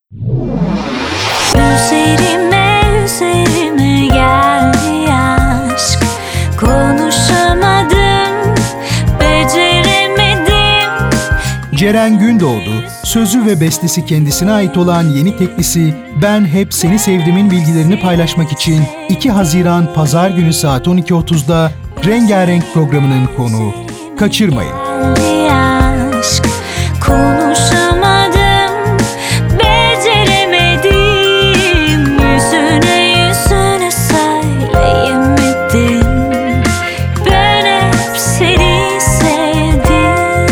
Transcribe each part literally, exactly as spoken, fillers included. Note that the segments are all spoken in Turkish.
Üzerime üzerime geldi aşk, konuşamadım, beceremedim. Ceren Gündoğdu, sözü ve bestesi kendisine ait olan yeni teklisi Ben Hep Seni Sevdim'in bilgilerini paylaşmak için iki Haziran Pazar günü saat on iki otuzda Rengarenk programının konuğu. Kaçırmayın. Geldi aşk, konuşamadım, beceremedim. Yüzüne yüzüne söyleyemedim. Ben hep seni sevdim.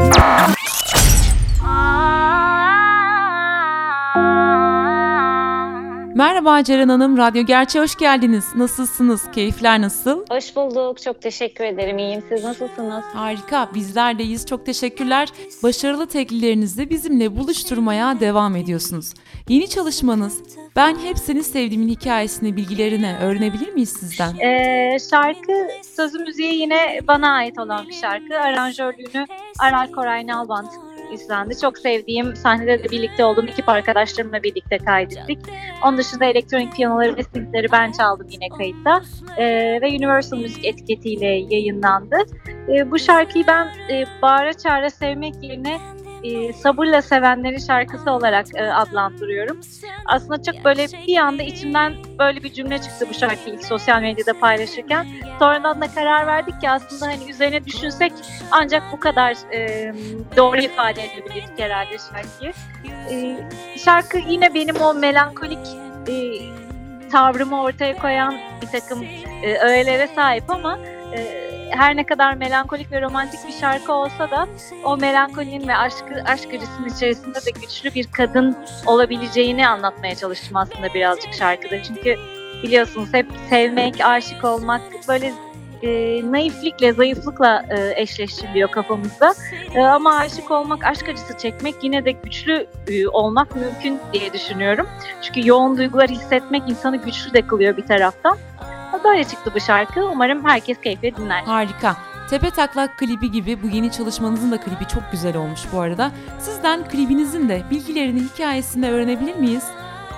Merhaba Ceren Hanım, Radyo Gerçeğe hoş geldiniz. Nasılsınız? Keyifler nasıl? Hoş bulduk. Çok teşekkür ederim. İyiyim. Siz nasılsınız? Harika, bizler deyiz. Çok teşekkürler. Başarılı teklilerinizi bizimle buluşturmaya devam ediyorsunuz. Yeni çalışmanız Ben Hep Seni Sevdiğimin hikayesini, bilgilerini öğrenebilir miyiz sizden? Ee, şarkı, sözü müziği yine bana ait olan bir şarkı. Aranjörlüğünü Aral Koray Nalbant üstlendi. Çok sevdiğim, sahnede de birlikte olduğum ekip arkadaşlarımla birlikte kaydettik. Onun dışında elektronik piyanoları ve synthleri ben çaldım yine kayıtta. Ee, ve Universal Müzik etiketiyle yayınlandı. Ee, bu şarkıyı ben e, bağıra çağıra sevmek yerine e, sabırla sevenlerin şarkısı olarak e, adlandırıyorum. Aslında çok böyle bir anda içimden böyle bir cümle çıktı bu şarkıyı ilk sosyal medyada paylaşırken. Sonradan da karar verdik ki aslında hani üzerine düşünsek ancak bu kadar e, doğru ifade edebilirdik herhalde şarkıyı. E, şarkı yine benim o melankolik e, tavrımı ortaya koyan bir takım e, öğelere sahip ama e, her ne kadar melankolik ve romantik bir şarkı olsa da o melankolinin ve aşkı, aşk acısının içerisinde de güçlü bir kadın olabileceğini anlatmaya çalıştım aslında birazcık şarkıda. Çünkü biliyorsunuz hep sevmek, aşık olmak böyle e, naiflikle, zayıflıkla e, eşleştiriliyor kafamızda. E, ama aşık olmak, aşk acısı çekmek yine de güçlü e, olmak mümkün diye düşünüyorum. Çünkü yoğun duygular hissetmek insanı güçlü de kılıyor bir taraftan. Böyle çıktı bu şarkı. Umarım herkes keyifle dinler. Harika. Tepe Taklak klibi gibi bu yeni çalışmanızın da klibi çok güzel olmuş bu arada. Sizden klibinizin de bilgilerini, hikayesini öğrenebilir miyiz?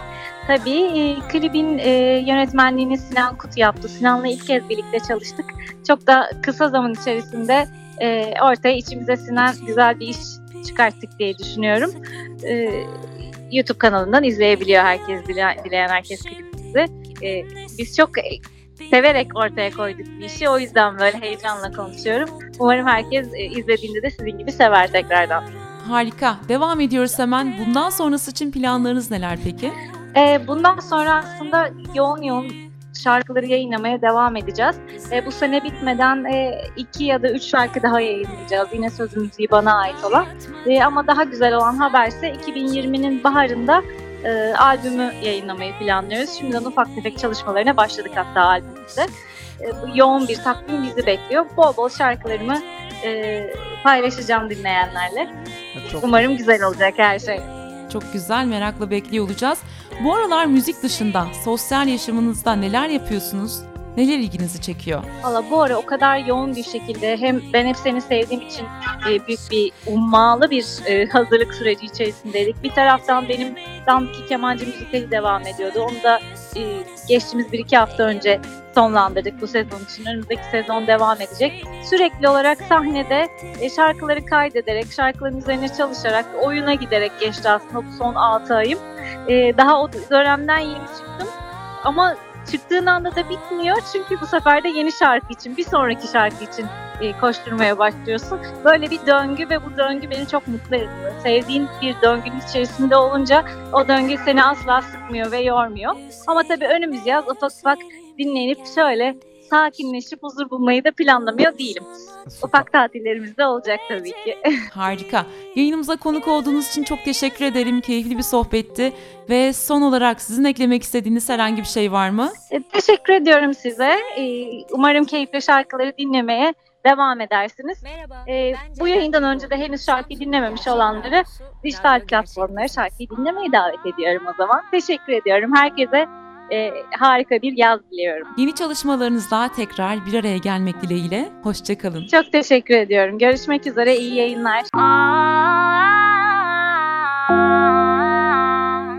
Tabii. E, klibin e, yönetmenliğini Sinan Kut yaptı. Sinan'la ilk kez birlikte çalıştık. Çok da kısa zaman içerisinde e, ortaya içimize sinen güzel bir iş çıkarttık diye düşünüyorum. E, YouTube kanalından izleyebiliyor herkes, dileyen, dileyen herkes klibimizi. E, biz çok severek ortaya koyduk bir işi. O yüzden böyle heyecanla konuşuyorum. Umarım herkes e, izlediğinde de sizin gibi sever tekrardan. Harika. Devam ediyoruz hemen. Bundan sonrası için planlarınız neler peki? E, bundan sonra aslında yoğun yoğun şarkıları yayınlamaya devam edeceğiz. E, bu sene bitmeden e, iki ya da üç şarkı daha yayınlayacağız. Yine sözü müziği bana ait olan. E, ama daha güzel olan haberse iki bin yirminin baharında E, albümü yayınlamayı planlıyoruz. Şimdiden ufak tefek çalışmalarına başladık hatta albümümüzde. E, yoğun bir takvim bizi bekliyor. Bol bol şarkılarımı e, paylaşacağım dinleyenlerle. Çok, Umarım güzel olacak her şey. Çok güzel, merakla bekliyor olacağız. Bu aralar müzik dışında sosyal yaşamınızda neler yapıyorsunuz? Neler ilginizi çekiyor? Valla bu ara o kadar yoğun bir şekilde hem ben hep seni sevdiğim için e, büyük bir ummalı bir e, hazırlık süreci içerisindeydik. Bir taraftan benim Damdaki Kemancı müzikali devam ediyordu. Onu da e, geçtiğimiz bir iki hafta önce sonlandırdık bu sezon için. Önümüzdeki sezon devam edecek. Sürekli olarak sahnede e, şarkıları kaydederek, şarkıların üzerine çalışarak, oyuna giderek geçti aslında bu son altı ayım. E, daha o dönemden yeni çıktım. Ama çıktığın anda da bitmiyor çünkü bu sefer de yeni şarkı için, bir sonraki şarkı için e, koşturmaya başlıyorsun. Böyle bir döngü ve bu döngü beni çok mutlu ediyor. Sevdiğin bir döngünün içerisinde olunca o döngü seni asla sıkmıyor ve yormuyor. Ama tabii önümüz yaz, ufak ufak dinlenip şöyle sakinleşip huzur bulmayı da planlamıyor değilim. Ufak tatillerimiz de olacak tabii ki. Harika. Yayınımıza konuk olduğunuz için çok teşekkür ederim. Keyifli bir sohbetti. Ve son olarak sizin eklemek istediğiniz herhangi bir şey var mı? E, teşekkür ediyorum size. E, umarım keyifli şarkıları dinlemeye devam edersiniz. E, bu yayından önce de henüz şarkıyı dinlememiş olanları dijital platformlara şarkıyı dinlemeye davet ediyorum o zaman. Teşekkür ediyorum. Herkese e, harika bir yaz diliyorum. Yeni çalışmalarınızla tekrar bir araya gelmek dileğiyle. Hoşça kalın. Çok teşekkür ediyorum. Görüşmek üzere. İyi yayınlar.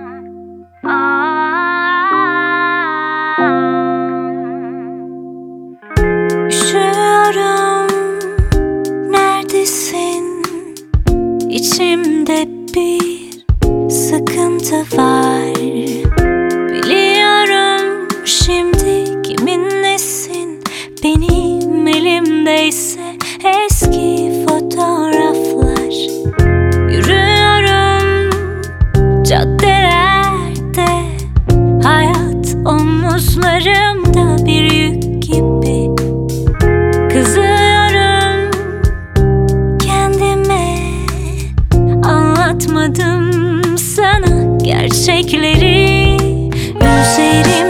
caddelerde, hayat omuzlarımda bir yük gibi. Kızıyorum kendime, anlatmadım sana gerçekleri. Üzerim